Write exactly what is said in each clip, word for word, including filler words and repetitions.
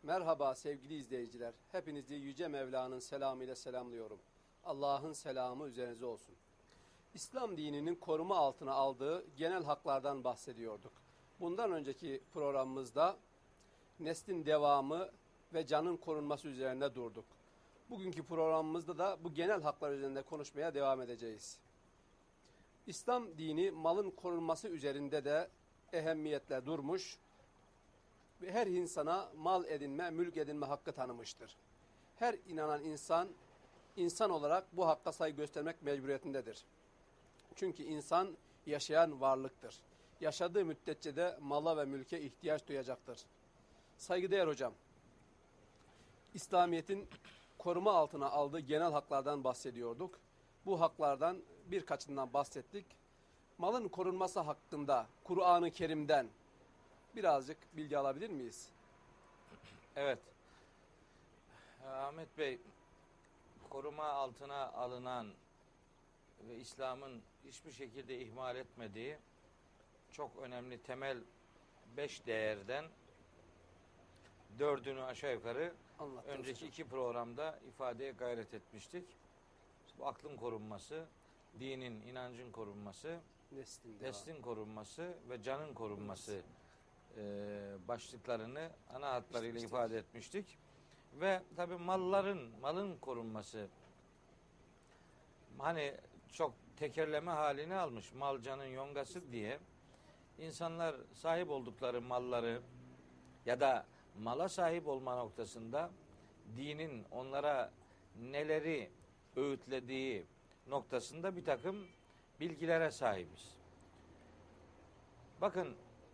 Merhaba sevgili izleyiciler. Hepinizi Yüce Mevla'nın selamıyla selamlıyorum. Allah'ın selamı üzerinize olsun. İslam dininin koruma altına aldığı genel haklardan bahsediyorduk. Bundan önceki programımızda neslin devamı ve canın korunması üzerine durduk. Bugünkü programımızda da bu genel haklar üzerinde konuşmaya devam edeceğiz. İslam dini malın korunması üzerinde de ehemmiyetle durmuş ve her insana mal edinme, mülk edinme hakkı tanımıştır. Her inanan insan, insan olarak bu hakka saygı göstermek mecburiyetindedir. Çünkü insan yaşayan varlıktır. Yaşadığı müddetçe de mala ve mülke ihtiyaç duyacaktır. Saygıdeğer hocam, İslamiyet'in koruma altına aldığı genel haklardan bahsediyorduk. Bu haklardan birkaçından bahsettik. Malın korunması hakkında Kur'an-ı Kerim'den birazcık bilgi alabilir miyiz? Evet. Ahmet Bey, koruma altına alınan ve İslam'ın hiçbir şekilde ihmal etmediği çok önemli temel beş değerden dördünü aşağı yukarı Anlattım önceki hocam. iki programda ifadeye gayret etmiştik. Bu aklın korunması, dinin, inancın korunması, Neslin, neslin korunması ve canın korunması e, başlıklarını ana hatlarıyla ifade etmiştik. Ve tabii malların, malın korunması hani çok tekerleme halini almış, mal canın yongası diye insanlar sahip oldukları malları ya da mala sahip olma noktasında dinin onlara neleri öğütlediği noktasında bir takım bilgilere sahibiz. Bakın,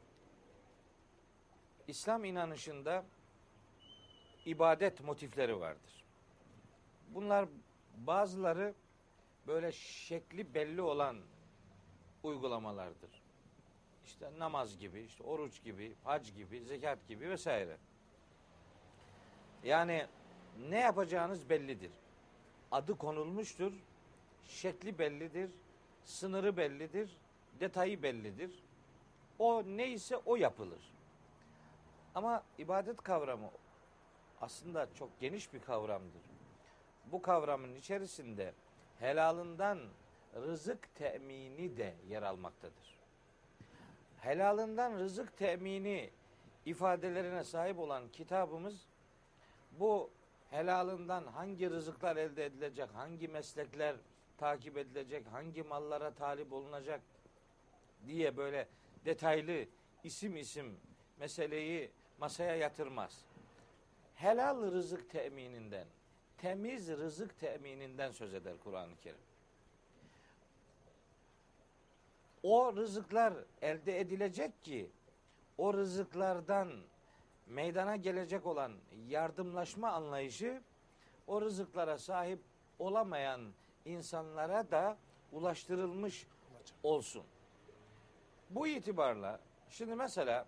İslam inanışında ibadet motifleri vardır. Bunlar bazıları böyle şekli belli olan uygulamalardır. İşte namaz gibi, işte oruç gibi, hac gibi, zekat gibi vesaire. Yani ne yapacağınız bellidir. Adı konulmuştur, şekli bellidir, sınırı bellidir, detayı bellidir. O neyse o yapılır. Ama ibadet kavramı aslında çok geniş bir kavramdır. Bu kavramın içerisinde helalından rızık temini de yer almaktadır. Helalından rızık temini ifadelerine sahip olan kitabımız bu helalından hangi rızıklar elde edilecek, hangi meslekler takip edilecek, hangi mallara talip olunacak diye böyle detaylı isim isim meseleyi masaya yatırmaz. Helal rızık temininden, temiz rızık temininden söz eder Kur'an-ı Kerim. O rızıklar elde edilecek ki o rızıklardan meydana gelecek olan yardımlaşma anlayışı o rızıklara sahip olamayan insanlara da ulaştırılmış olsun. Bu itibarla şimdi mesela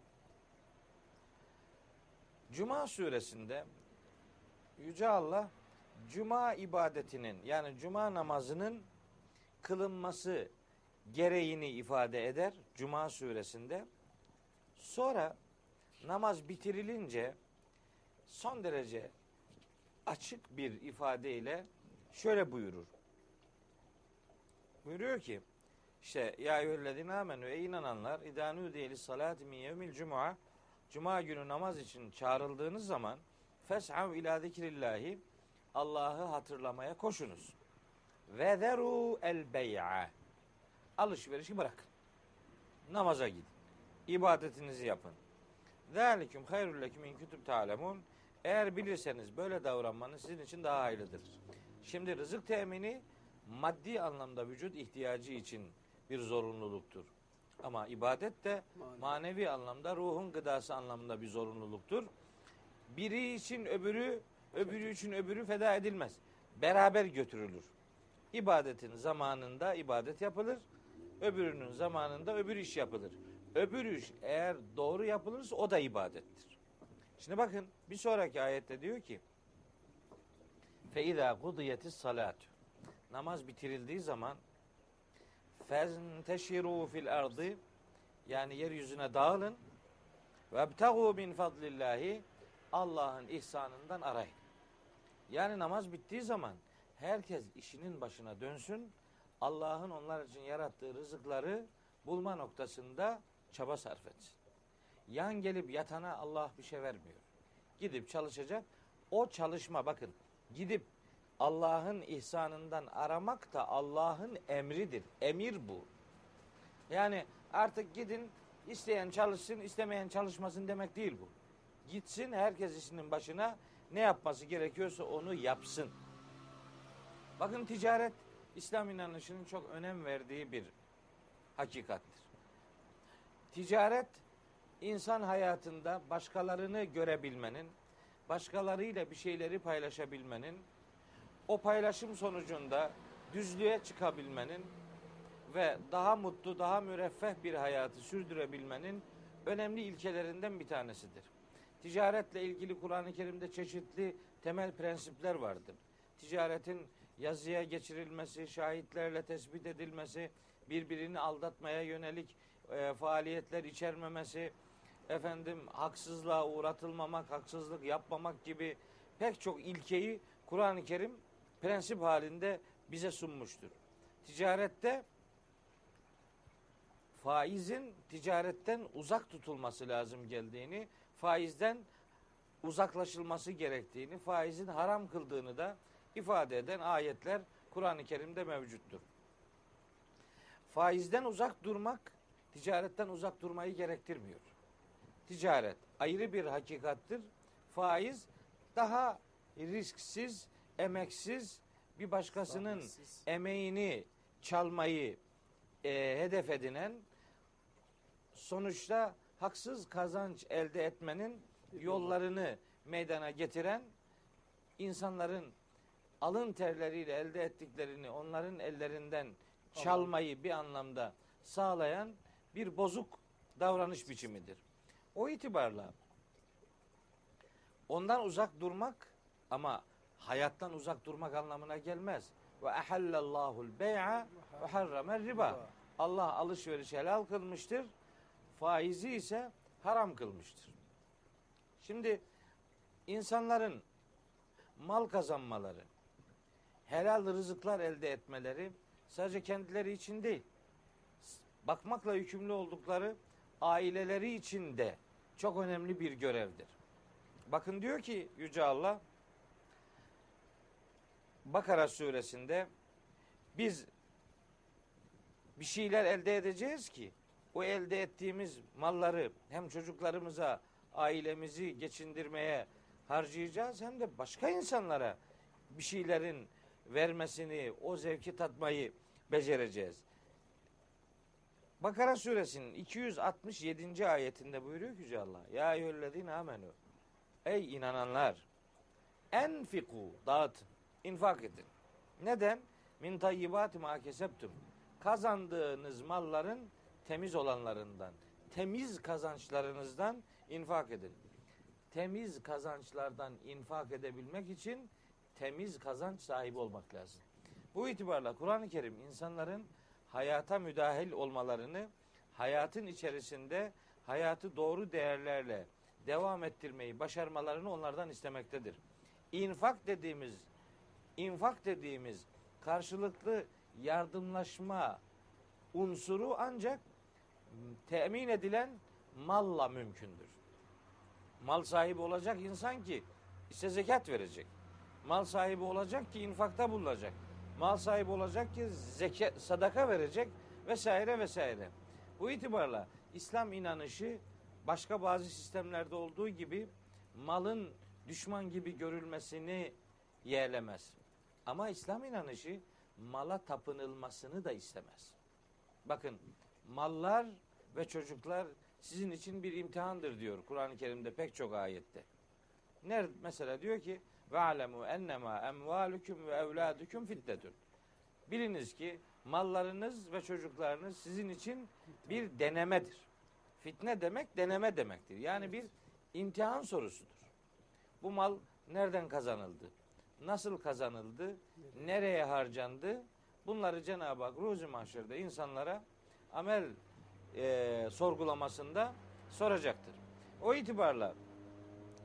Cuma suresinde Yüce Allah Cuma ibadetinin yani Cuma namazının kılınması gereğini ifade eder Cuma suresinde. Sonra namaz bitirilince son derece açık bir ifadeyle şöyle buyurur. Buyuruyor ki işte ya eyyühellezine amenü ey inananlar idâ nûdiye lissalâti min yevmil cuma Cuma günü namaz için çağrıldığınız zaman fes'av ilâ zikrillahi Allah'ı hatırlamaya koşunuz. Ve zerû el bey'a alışverişi bırakın. Namaza gidin. İbadetinizi yapın. Zâliküm hayrul leküm in kuntum ta'lemun. Eğer bilirseniz böyle davranmanız sizin için daha hayırlıdır. Şimdi rızık temini maddi anlamda vücut ihtiyacı için bir zorunluluktur. Ama ibadet de manevi, manevi anlamda ruhun gıdası anlamında bir zorunluluktur. Biri için öbürü, öbürü için öbürü feda edilmez. Beraber götürülür. İbadetin zamanında ibadet yapılır. Öbürünün zamanında öbür iş yapılır. Öbür iş eğer doğru yapılırsa o da ibadettir. Şimdi bakın bir sonraki ayette diyor ki فَاِذَا قُضِيَتِ الصَّلَاتُ Namaz bitirildiği zaman فَزْنْتَشِرُوا fil ardı yani yeryüzüne dağılın وَابْتَغُوا min fadlillahi Allah'ın ihsanından arayın. Yani namaz bittiği zaman herkes işinin başına dönsün. Allah'ın onlar için yarattığı rızıkları bulma noktasında çaba sarf etsin. Yan gelip yatana Allah bir şey vermiyor. Gidip çalışacak. O çalışma, bakın, gidip Allah'ın ihsanından aramak da Allah'ın emridir. Emir bu. Yani artık gidin, isteyen çalışsın, istemeyen çalışmasın demek değil bu. Gitsin, herkes işinin başına, ne yapması gerekiyorsa onu yapsın. Bakın, ticaret İslam inanışının çok önem verdiği bir hakikattir. Ticaret, insan hayatında başkalarını görebilmenin, başkalarıyla bir şeyleri paylaşabilmenin, o paylaşım sonucunda düzlüğe çıkabilmenin ve daha mutlu, daha müreffeh bir hayatı sürdürebilmenin önemli ilkelerinden bir tanesidir. Ticaretle ilgili Kur'an-ı Kerim'de çeşitli temel prensipler vardır. Ticaretin yazıya geçirilmesi, şahitlerle tespit edilmesi, birbirini aldatmaya yönelik e, faaliyetler içermemesi, efendim haksızlığa uğratılmamak, haksızlık yapmamak gibi pek çok ilkeyi Kur'an-ı Kerim prensip halinde bize sunmuştur. Ticarette faizin ticaretten uzak tutulması lazım geldiğini, faizden uzaklaşılması gerektiğini, faizin haram kıldığını da ifade eden ayetler Kur'an-ı Kerim'de mevcuttur. Faizden uzak durmak, ticaretten uzak durmayı gerektirmiyor. Ticaret ayrı bir hakikattir. Faiz daha risksiz, emeksiz, bir başkasının Zahmetsiz. emeğini çalmayı e, hedef edinen, sonuçta haksız kazanç elde etmenin yollarını meydana getiren, insanların alın terleriyle elde ettiklerini onların ellerinden çalmayı bir anlamda sağlayan bir bozuk davranış biçimidir. O itibarla ondan uzak durmak, ama hayattan uzak durmak anlamına gelmez. Ve ahallallahu'l bey'a ve harramer riba. Allah alışverişi helal kılmıştır. Faizi ise haram kılmıştır. Şimdi insanların mal kazanmaları, helal rızıklar elde etmeleri sadece kendileri için değil, bakmakla yükümlü oldukları aileleri için de çok önemli bir görevdir. Bakın, diyor ki Yüce Allah Bakara suresinde, biz bir şeyler elde edeceğiz ki o elde ettiğimiz malları hem çocuklarımıza, ailemizi geçindirmeye harcayacağız, hem de başka insanlara bir şeylerin vermesini, o zevki tatmayı becereceğiz. Bakara suresinin iki yüz altmış yedinci ayetinde buyuruyor ki Yüce Allah, ya eyyühellezine amenu, ey inananlar, enfiku, dağıtın, infak edin. Neden? Min tayyibati ma kesebtum, kazandığınız malların temiz olanlarından, temiz kazançlarınızdan infak edin. Temiz kazançlardan infak edebilmek için temiz kazanç sahibi olmak lazım. Bu itibarla Kur'an-ı Kerim insanların hayata müdahil olmalarını, hayatın içerisinde hayatı doğru değerlerle devam ettirmeyi başarmalarını onlardan istemektedir. İnfak dediğimiz, infak dediğimiz karşılıklı yardımlaşma unsuru ancak temin edilen malla mümkündür. Mal sahibi olacak insan ki işte zekat verecek. Mal sahibi olacak ki infakta bulunacak. Mal sahibi olacak ki zekat, sadaka verecek vesaire vesaire. Bu itibarla İslam inanışı başka bazı sistemlerde olduğu gibi malın düşman gibi görülmesini yeğlemez. Ama İslam inanışı mala tapınılmasını da istemez. Bakın, mallar ve çocuklar sizin için bir imtihandır diyor Kur'an-ı Kerim'de pek çok ayette. Nerede mesela diyor ki ve alemu ennema emvalukum ve evladukum fitnetun. Biliniz ki mallarınız ve çocuklarınız sizin için bir denemedir. Fitne demek deneme demektir. Yani bir imtihan sorusudur. Bu mal nereden kazanıldı? Nasıl kazanıldı? Nereye harcandı? Bunları Cenab-ı Hak Ruzi Mahşer'de insanlara amel e, sorgulamasında soracaktır. O itibarla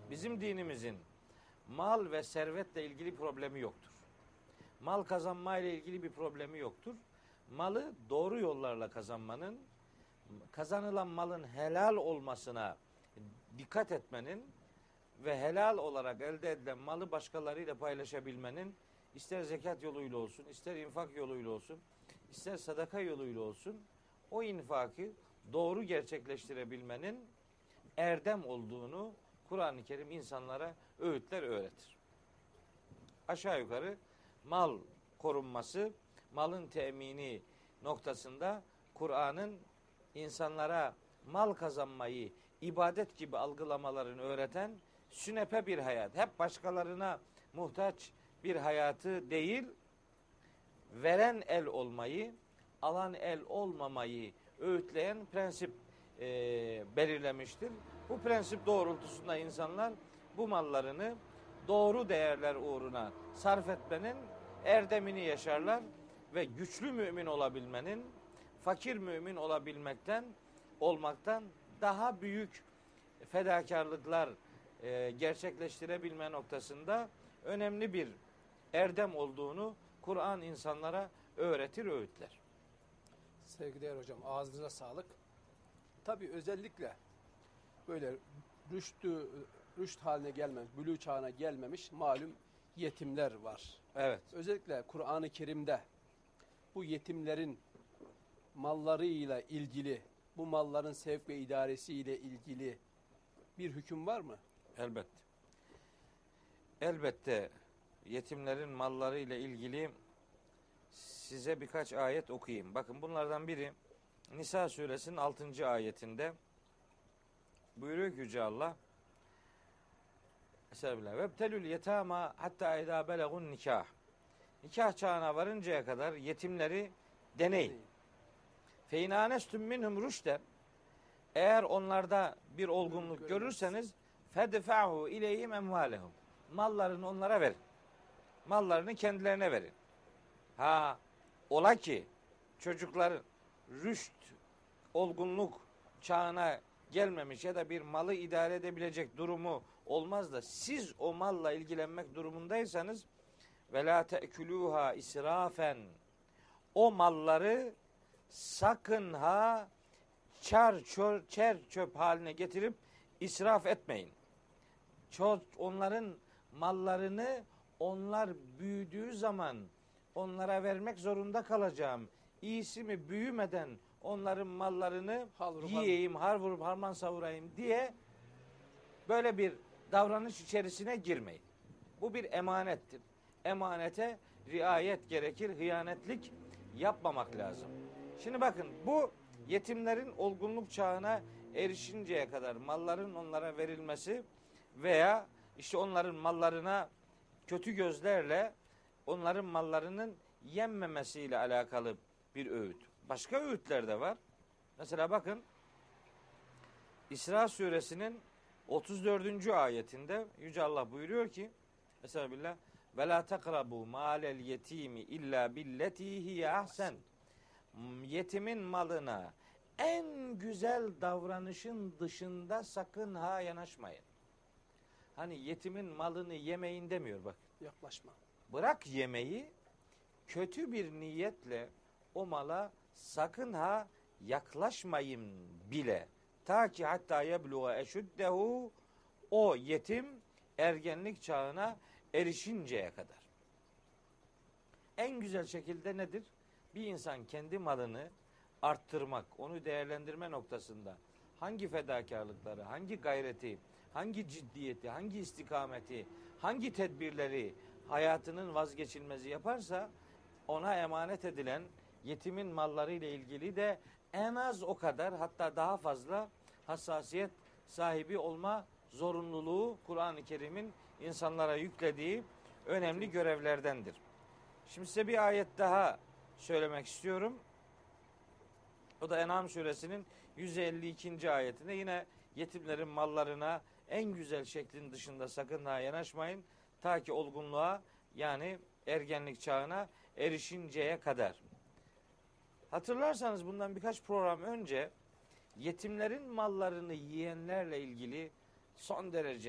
Bizim dinimizin mal ve servetle ilgili problemi yoktur. Mal kazanma ile ilgili bir problemi yoktur. Malı doğru yollarla kazanmanın, kazanılan malın helal olmasına dikkat etmenin ve helal olarak elde edilen malı başkalarıyla paylaşabilmenin, ister zekat yoluyla olsun, ister infak yoluyla olsun, ister sadaka yoluyla olsun, o infakı doğru gerçekleştirebilmenin erdem olduğunu Kur'an-ı Kerim insanlara öğütler öğretir. Aşağı yukarı mal korunması, malın temini noktasında Kur'an'ın insanlara mal kazanmayı ibadet gibi algılamalarını öğreten sünepe bir hayat. Hep başkalarına muhtaç bir hayatı değil, veren el olmayı, alan el olmamayı öğütleyen prensip e, belirlemiştir. Bu prensip doğrultusunda insanlar bu mallarını doğru değerler uğruna sarf etmenin erdemini yaşarlar ve güçlü mümin olabilmenin, fakir mümin olabilmekten, olmaktan daha büyük fedakarlıklar e, gerçekleştirebilme noktasında önemli bir erdem olduğunu Kur'an insanlara öğretir, öğütler. Sevgili hocam, ağzınıza sağlık. Tabii özellikle böyle rüştü, rüşt haline gelmemiş, bülû çağına gelmemiş malum yetimler var. Evet. Özellikle Kur'an-ı Kerim'de bu yetimlerin mallarıyla ilgili, bu malların sevk ve idaresiyle ilgili bir hüküm var mı? Elbette. Elbette yetimlerin malları ile ilgili size birkaç ayet okuyayım. Bakın bunlardan biri Nisa suresinin altıncı ayetinde buyuruyor ki Yüce Allah, Estağfirullah. Vebtelül yetama hatta idâ belegun nikah. Nikah çağına varıncaya kadar yetimleri deneyin. Fe in ânestum minhum rüşten. Eğer onlarda bir olgunluk görürseniz fedfa'hu ileyhim emvalehum. Mallarını onlara verin. Mallarını kendilerine verin. Ha, ola ki çocukların rüşt, olgunluk çağına gelmemiş ya da bir malı idare edebilecek durumu olmaz da siz o malla ilgilenmek durumundaysanız ve la te'külûhâ israfen, o malları sakın ha çar çör, çer çöp haline getirip israf etmeyin. Çok onların mallarını onlar büyüdüğü zaman onlara vermek zorunda kalacağım. İyisi mi büyümeden onların mallarını yiyeyim, har vurup harman savurayım diye böyle bir davranış içerisine girmeyin. Bu bir emanettir. Emanete riayet gerekir, hıyanetlik yapmamak lazım. Şimdi bakın, bu yetimlerin olgunluk çağına erişinceye kadar malların onlara verilmesi veya işte onların mallarına kötü gözlerle onların mallarının yenmemesiyle alakalı bir öğüt. Başka öğütler de var. Mesela bakın İsra suresinin otuz dördüncü ayetinde Yüce Allah buyuruyor ki Estağfirullah ve la takrabu malel yetimi illa billeti hiye ahsen. Yetimin malına en güzel davranışın dışında sakın ha yanaşmayın. Hani yetimin malını yemeyin demiyor bak. Yaklaşma. Bırak yemeyi, kötü bir niyetle o mala sakın ha yaklaşmayın bile. Ta ki hatta yebluğa eşuddehu, o yetim ergenlik çağına erişinceye kadar. En güzel şekilde nedir? Bir insan kendi malını arttırmak, onu değerlendirme noktasında hangi fedakarlıkları, hangi gayreti, hangi ciddiyeti, hangi istikameti, hangi tedbirleri hayatının vazgeçilmezi yaparsa ona emanet edilen yetimin malları ile ilgili de en az o kadar, hatta daha fazla hassasiyet sahibi olma zorunluluğu Kur'an-ı Kerim'in insanlara yüklediği önemli görevlerdendir. Şimdi size bir ayet daha söylemek istiyorum. O da En'am suresinin yüz elli ikinci ayetinde yine yetimlerin mallarına en güzel şeklin dışında sakın ha yanaşmayın. Ta ki olgunluğa, yani ergenlik çağına erişinceye kadar. Hatırlarsanız bundan birkaç program önce yetimlerin mallarını yiyenlerle ilgili son derece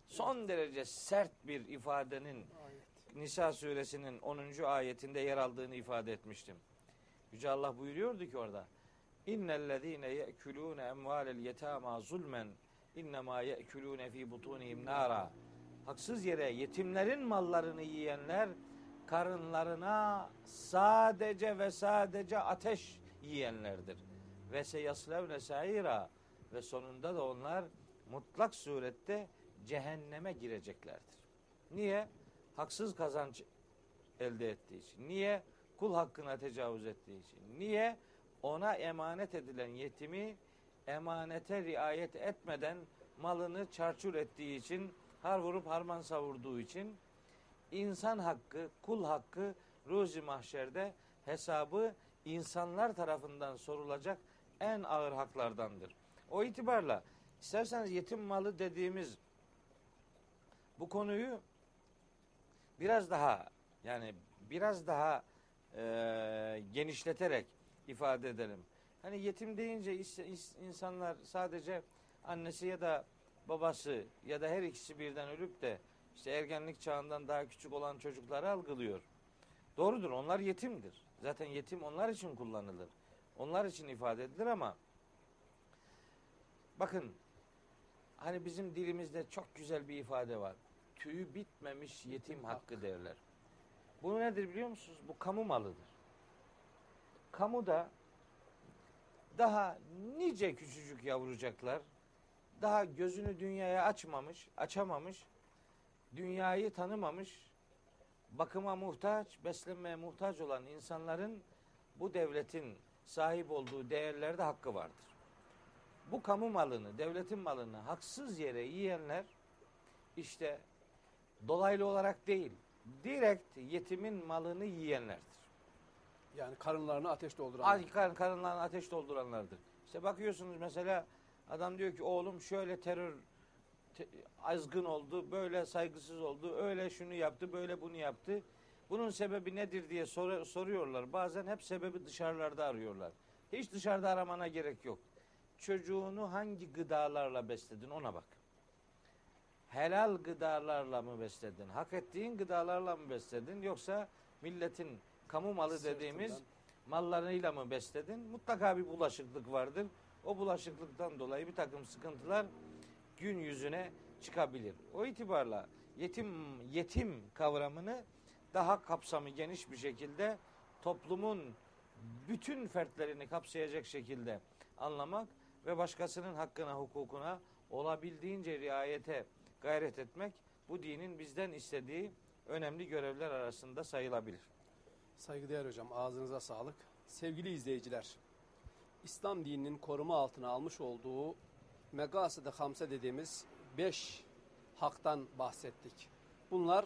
son derece sert bir ifadenin Nisa suresinin onuncu ayetinde yer aldığını ifade etmiştim. Yüce Allah buyuruyordu ki orada İnnellezîne ye'kulûne emvâlel yetâmâ zulmen innemâ ye'kulûne fî butûnihim nâra. Haksız yere yetimlerin mallarını yiyenler karınlarına sadece ve sadece ateş yiyenlerdir. Ve seyaslevne saira, ve sonunda da onlar mutlak surette cehenneme gireceklerdir. Niye? Haksız kazanç elde ettiği için. Niye? Kul hakkına tecavüz ettiği için. Niye? Ona emanet edilen yetimi emanete riayet etmeden malını çarçur ettiği için, har vurup harman savurduğu için insan hakkı, kul hakkı ruzi mahşerde hesabı insanlar tarafından sorulacak en ağır haklardandır. O itibarla isterseniz yetim malı dediğimiz bu konuyu biraz daha yani biraz daha e, genişleterek ifade edelim. Hani yetim deyince insanlar sadece annesi ya da babası ya da her ikisi birden ölüp de işte ergenlik çağından daha küçük olan çocukları algılıyor. Doğrudur, onlar yetimdir. Zaten yetim onlar için kullanılır. Onlar için ifade edilir ama bakın hani bizim dilimizde çok güzel bir ifade var. Tüyü bitmemiş yetim hakkı derler. Bu nedir biliyor musunuz? Bu kamu malıdır. Kamuda daha nice küçücük yavrucaklar, daha gözünü dünyaya açmamış, açamamış, dünyayı tanımamış, bakıma muhtaç, beslenmeye muhtaç olan insanların bu devletin sahip olduğu değerlerde hakkı vardır. Bu kamu malını, devletin malını haksız yere yiyenler işte dolaylı olarak değil, direkt yetimin malını yiyenlerdir. Yani karınlarını ateş dolduranlar. Kar, karınlarını ateş dolduranlardır. İşte bakıyorsunuz mesela adam diyor ki oğlum şöyle terör te, azgın oldu, böyle saygısız oldu, öyle şunu yaptı, böyle bunu yaptı. Bunun sebebi nedir diye sor, soruyorlar. Bazen hep sebebi dışarılarda arıyorlar. Hiç dışarıda aramana gerek yok. Çocuğunu hangi gıdalarla besledin ona bak. Helal gıdalarla mı besledin? Hak ettiğin gıdalarla mı besledin? Yoksa milletin kamu malı dediğimiz Sırtından mallarıyla mı besledin? Mutlaka bir bulaşıklık vardır. O bulaşıklıktan dolayı bir takım sıkıntılar gün yüzüne çıkabilir. O itibarla yetim yetim kavramını daha kapsamı geniş bir şekilde toplumun bütün fertlerini kapsayacak şekilde anlamak ve başkasının hakkına, hukukuna olabildiğince riayete gayret etmek bu dinin bizden istediği önemli görevler arasında sayılabilir. Saygıdeğer hocam, ağzınıza sağlık. Sevgili izleyiciler, İslam dininin koruma altına almış olduğu Megasıd-ı Hamse dediğimiz beş haktan bahsettik. Bunlar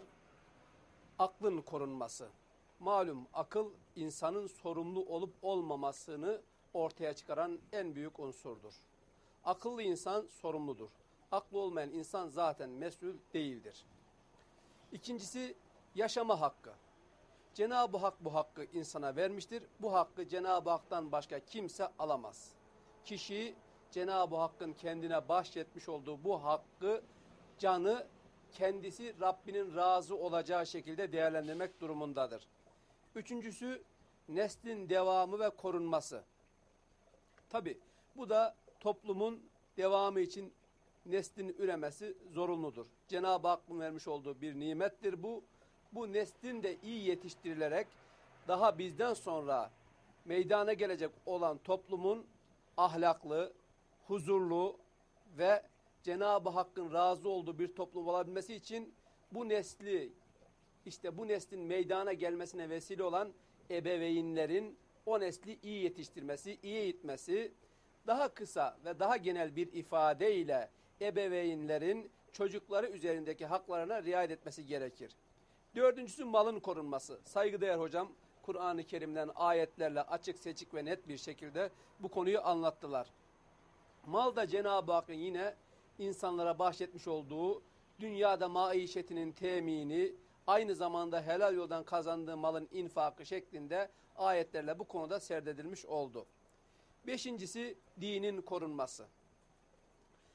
aklın korunması. Malum akıl insanın sorumlu olup olmamasını ortaya çıkaran en büyük unsurdur. Akıllı insan sorumludur. Aklı olmayan insan zaten mesul değildir. İkincisi yaşama hakkı. Cenab-ı Hak bu hakkı insana vermiştir. Bu hakkı Cenab-ı Hak'tan başka kimse alamaz. Kişi Cenab-ı Hakk'ın kendine bahşetmiş olduğu bu hakkı, canı kendisi Rabbinin razı olacağı şekilde değerlendirmek durumundadır. Üçüncüsü neslin devamı ve korunması. Tabi bu da toplumun devamı için neslin üremesi zorunludur. Cenab-ı Hakk'ın vermiş olduğu bir nimettir bu. Bu neslin de iyi yetiştirilerek daha bizden sonra meydana gelecek olan toplumun ahlaklı, huzurlu ve Cenab-ı Hakk'ın razı olduğu bir toplum olabilmesi için bu nesli, işte bu neslin meydana gelmesine vesile olan ebeveynlerin o nesli iyi yetiştirmesi, iyi eğitmesi, daha kısa ve daha genel bir ifadeyle ebeveynlerin çocukları üzerindeki haklarına riayet etmesi gerekir. Dördüncüsü malın korunması. Saygıdeğer hocam Kur'an-ı Kerim'den ayetlerle açık, seçik ve net bir şekilde bu konuyu anlattılar. Mal da Cenab-ı Hakk'ın yine insanlara bahşetmiş olduğu dünyada maişetinin temini, aynı zamanda helal yoldan kazandığı malın infakı şeklinde ayetlerle bu konuda serdedilmiş oldu. Beşincisi dinin korunması.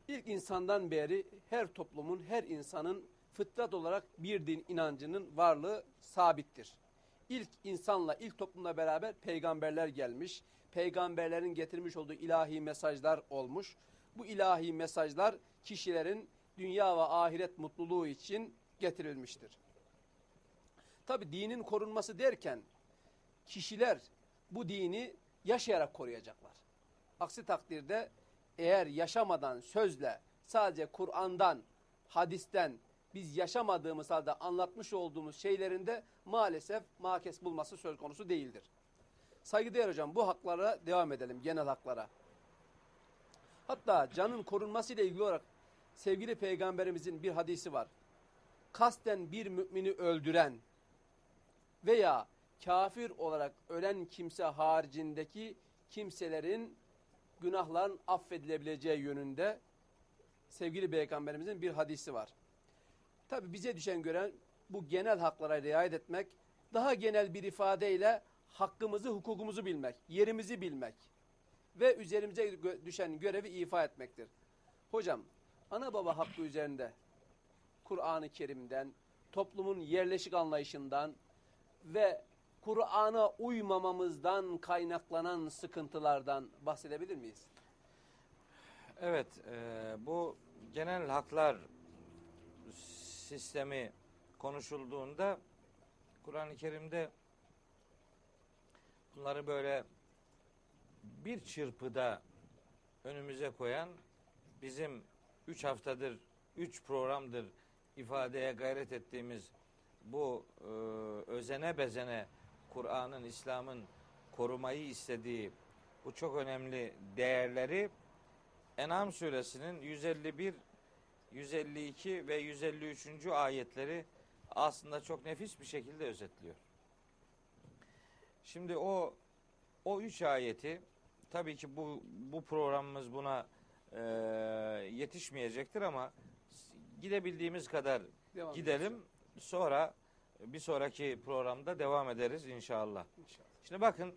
İlk insandan beri her toplumun, her insanın fıtrat olarak bir din inancının varlığı sabittir. İlk insanla, ilk toplumla beraber peygamberler gelmiş. Peygamberlerin getirmiş olduğu ilahi mesajlar olmuş. Bu ilahi mesajlar kişilerin dünya ve ahiret mutluluğu için getirilmiştir. Tabi dinin korunması derken kişiler bu dini yaşayarak koruyacaklar. Aksi takdirde eğer yaşamadan, sözle, sadece Kur'an'dan, hadisten biz yaşamadığımız halde anlatmış olduğumuz şeylerinde maalesef makes bulması söz konusu değildir. Saygıdeğer hocam, bu haklara devam edelim, genel haklara. Hatta canın korunması ile ilgili olarak sevgili peygamberimizin bir hadisi var. Kasten bir mümini öldüren veya kafir olarak ölen kimse haricindeki kimselerin günahların affedilebileceği yönünde sevgili peygamberimizin bir hadisi var. Tabi bize düşen gören bu genel haklara riayet etmek, daha genel bir ifadeyle hakkımızı, hukukumuzu bilmek, yerimizi bilmek ve üzerimize düşen görevi ifa etmektir. Hocam, ana baba hakkı üzerinde Kur'an-ı Kerim'den, toplumun yerleşik anlayışından ve Kur'an'a uymamamızdan kaynaklanan sıkıntılardan bahsedebilir miyiz? Evet, e, bu genel haklar sistemi konuşulduğunda Kur'an-ı Kerim'de bunları böyle bir çırpıda önümüze koyan, bizim üç haftadır, üç programdır ifadeye gayret ettiğimiz bu e, özene bezene Kur'an'ın, İslam'ın korumayı istediği bu çok önemli değerleri En'am suresinin yüz elli bir, yüz elli iki ve yüz elli üçüncü ayetleri aslında çok nefis bir şekilde özetliyor. Şimdi o o üç ayeti, tabii ki bu bu programımız buna e, yetişmeyecektir ama gidebildiğimiz kadar devam gidelim. Edeceğim. Sonra bir sonraki programda devam ederiz inşallah. İnşallah. Şimdi bakın,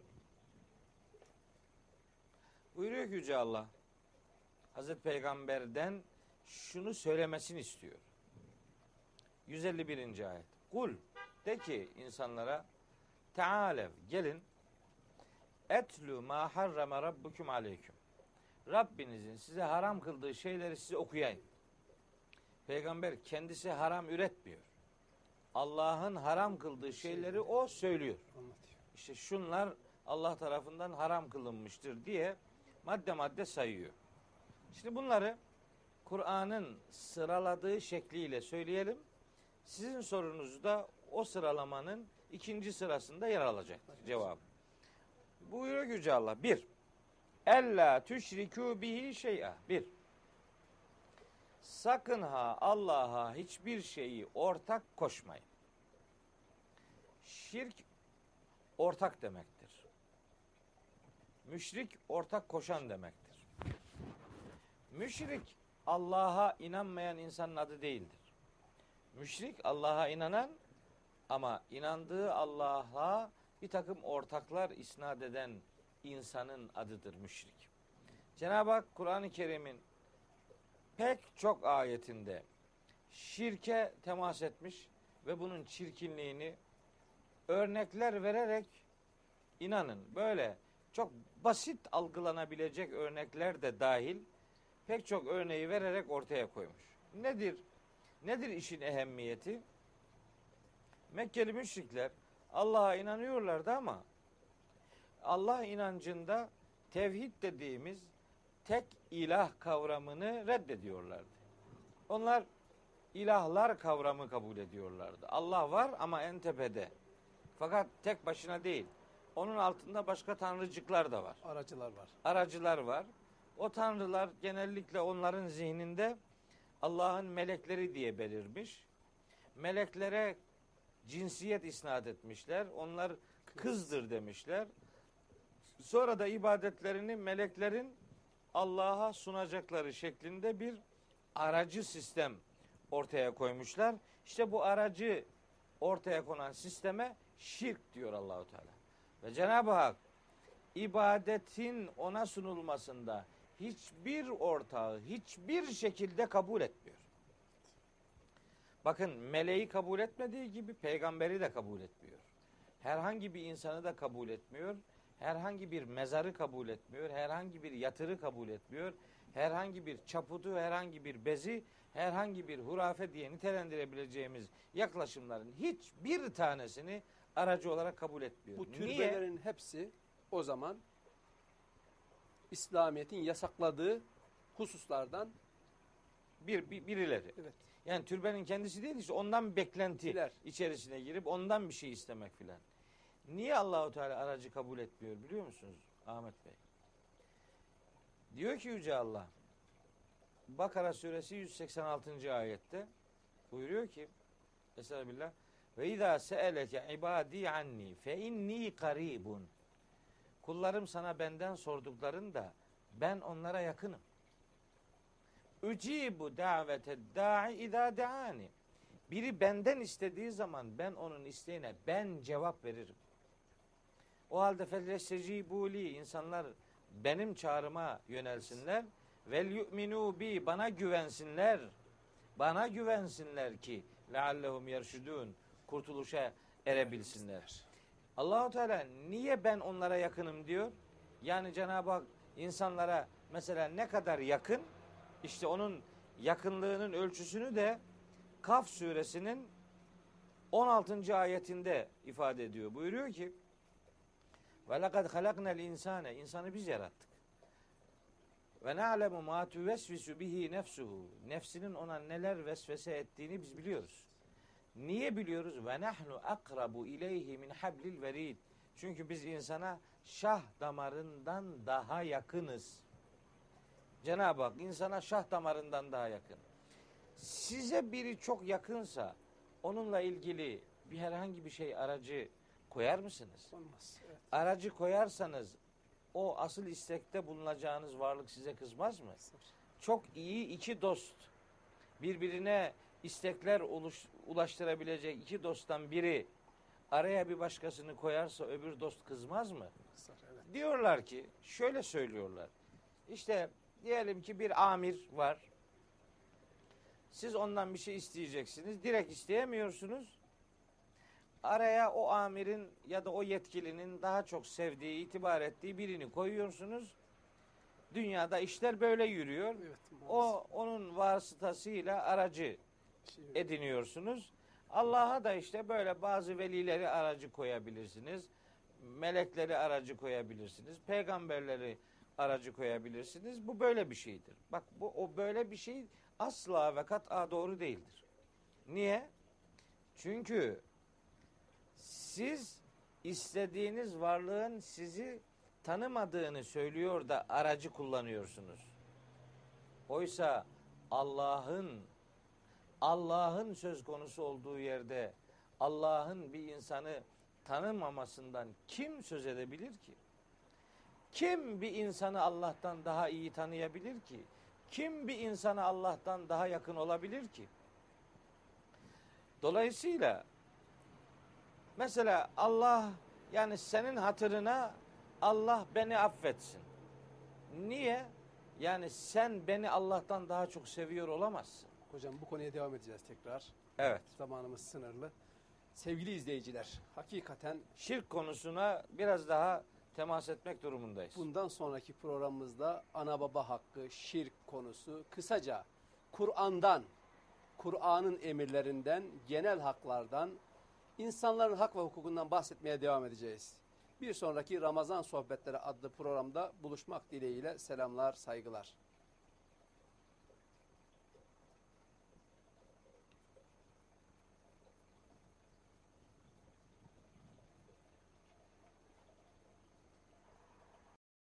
buyuruyor ki Yüce Allah, Hazreti Peygamber'den şunu söylemesini istiyor. yüz elli birinci ayet. Kul, de ki insanlara, Tealev, gelin, etlu ma harrama rabbukum aleyküm. Rabbinizin size haram kıldığı şeyleri size okuyayım. Peygamber kendisi haram üretmiyor. Allah'ın haram kıldığı şeyleri o söylüyor. İşte şunlar Allah tarafından haram kılınmıştır diye madde madde sayıyor. Şimdi bunları Kur'an'ın sıraladığı şekliyle söyleyelim. Sizin sorunuz da o sıralamanın ikinci sırasında yer alacak cevap. Buyuruyor Yüce Allah. Bir, ella tüşrikû bihi şey'a. Bir, sakın ha Allah'a hiçbir şeyi ortak koşmayın. Şirk ortak demektir. Müşrik ortak koşan demektir. Müşrik Allah'a inanmayan insanın adı değildir. Müşrik Allah'a inanan ama inandığı Allah'a bir takım ortaklar isnat eden insanın adıdır müşrik. Cenab-ı Hak Kur'an-ı Kerim'in pek çok ayetinde şirke temas etmiş ve bunun çirkinliğini örnekler vererek, inanın böyle çok basit algılanabilecek örnekler de dahil pek çok örneği vererek ortaya koymuş. Nedir? Nedir işin ehemmiyeti? Mekkeli müşrikler Allah'a inanıyorlardı ama Allah inancında tevhid dediğimiz tek ilah kavramını reddediyorlardı. Onlar ilahlar kavramı kabul ediyorlardı. Allah var ama en tepede. Fakat tek başına değil. Onun altında başka tanrıcıklar da var. Aracılar var. Aracılar var. O tanrılar genellikle onların zihninde Allah'ın melekleri diye belirmiş. Meleklere cinsiyet isnat etmişler. Onlar kızdır demişler. Sonra da ibadetlerini meleklerin Allah'a sunacakları şeklinde bir aracı sistem ortaya koymuşlar. İşte bu aracı ortaya konan sisteme şirk diyor Allahu Teala. Ve Cenab-ı Hak ibadetin ona sunulmasında hiçbir ortağı hiçbir şekilde kabul etmiyor. Bakın meleği kabul etmediği gibi peygamberi de kabul etmiyor. Herhangi bir insanı da kabul etmiyor. Herhangi bir mezarı kabul etmiyor. Herhangi bir yatırı kabul etmiyor. Herhangi bir çaputu, herhangi bir bezi, herhangi bir hurafe diye nitelendirebileceğimiz yaklaşımların hiçbir tanesini aracı olarak kabul etmiyor. Bu Niye? türbelerin hepsi o zaman İslamiyet'in yasakladığı hususlardan Bir, bir birileri. evet. Yani türbenin kendisi değil, işte ondan bir beklenti Diler. içerisine girip ondan bir şey istemek filan. Niye Allahu Teala aracı kabul etmiyor biliyor musunuz Ahmet Bey? Diyor ki Yüce Allah Bakara suresi yüz seksen altıncı ayette buyuruyor ki Estağfirullah ve izâ se'eleke ibâdî anni fe inni karîbun. Kullarım sana benden sorduklarında ben onlara yakınım. Ücibu daveted da'i izâ de'ani. Biri benden istediği zaman ben onun isteğine ben cevap veririm. O halde fellestecibûli insanlar benim çağrıma yönelsinler. Vel yu'minû bi bana güvensinler. Bana güvensinler ki leallehum yerşudûn kurtuluşa erebilsinler. Allahu Teala niye ben onlara yakınım diyor? Yani Cenab-ı Hak insanlara mesela ne kadar yakın? İşte onun yakınlığının ölçüsünü de Kaf suresinin on altıncı ayetinde ifade ediyor. Buyuruyor ki ve lekad halaknel insane insanı biz yarattık. Ve na'lemu ma tuvesvisu bihi nefsuhu. Nefsinin ona neler vesvese ettiğini biz biliyoruz. Niye biliyoruz? Ve nahnu akrabu ileyhi min hablil verid. Çünkü biz insana şah damarından daha yakınız. Cenab-ı Hak insana şah damarından daha yakın. Size biri çok yakınsa onunla ilgili bir herhangi bir şey aracı koyar mısınız? Olmaz. Evet. Aracı koyarsanız o asıl istekte bulunacağınız varlık size kızmaz mı? Çok iyi iki dost birbirine istekler oluş, ulaştırabilecek iki dosttan biri araya bir başkasını koyarsa öbür dost kızmaz mı? Evet. Diyorlar ki şöyle söylüyorlar. İşte diyelim ki bir amir var. Siz ondan bir şey isteyeceksiniz. Direkt isteyemiyorsunuz. Araya o amirin ya da o yetkilinin daha çok sevdiği, itibar ettiği birini koyuyorsunuz. Dünyada işler böyle yürüyor. Evet, o onun vasıtasıyla aracı şey ediniyorsunuz. Allah'a da işte böyle bazı velileri aracı koyabilirsiniz. Melekleri aracı koyabilirsiniz. Peygamberleri aracı koyabilirsiniz. Bu böyle bir şeydir. Bak bu o böyle bir şey asla ve kat'a doğru değildir. Niye? Çünkü siz istediğiniz varlığın sizi tanımadığını söylüyor da aracı kullanıyorsunuz. Oysa Allah'ın Allah'ın söz konusu olduğu yerde Allah'ın bir insanı tanımamasından kim söz edebilir ki? Kim bir insanı Allah'tan daha iyi tanıyabilir ki? Kim bir insana Allah'tan daha yakın olabilir ki? Dolayısıyla mesela Allah yani senin hatırına Allah beni affetsin. Niye? Yani sen beni Allah'tan daha çok seviyor olamazsın. Hocam bu konuya devam edeceğiz tekrar. Evet. Zamanımız sınırlı. Sevgili izleyiciler, hakikaten Şirk konusuna biraz daha temas etmek durumundayız. bundan sonraki programımızda ana baba hakkı, şirk konusu, kısaca Kur'an'dan, Kur'an'ın emirlerinden, genel haklardan, insanların hak ve hukukundan bahsetmeye devam edeceğiz. Bir sonraki Ramazan Sohbetleri adlı programda buluşmak dileğiyle selamlar, saygılar.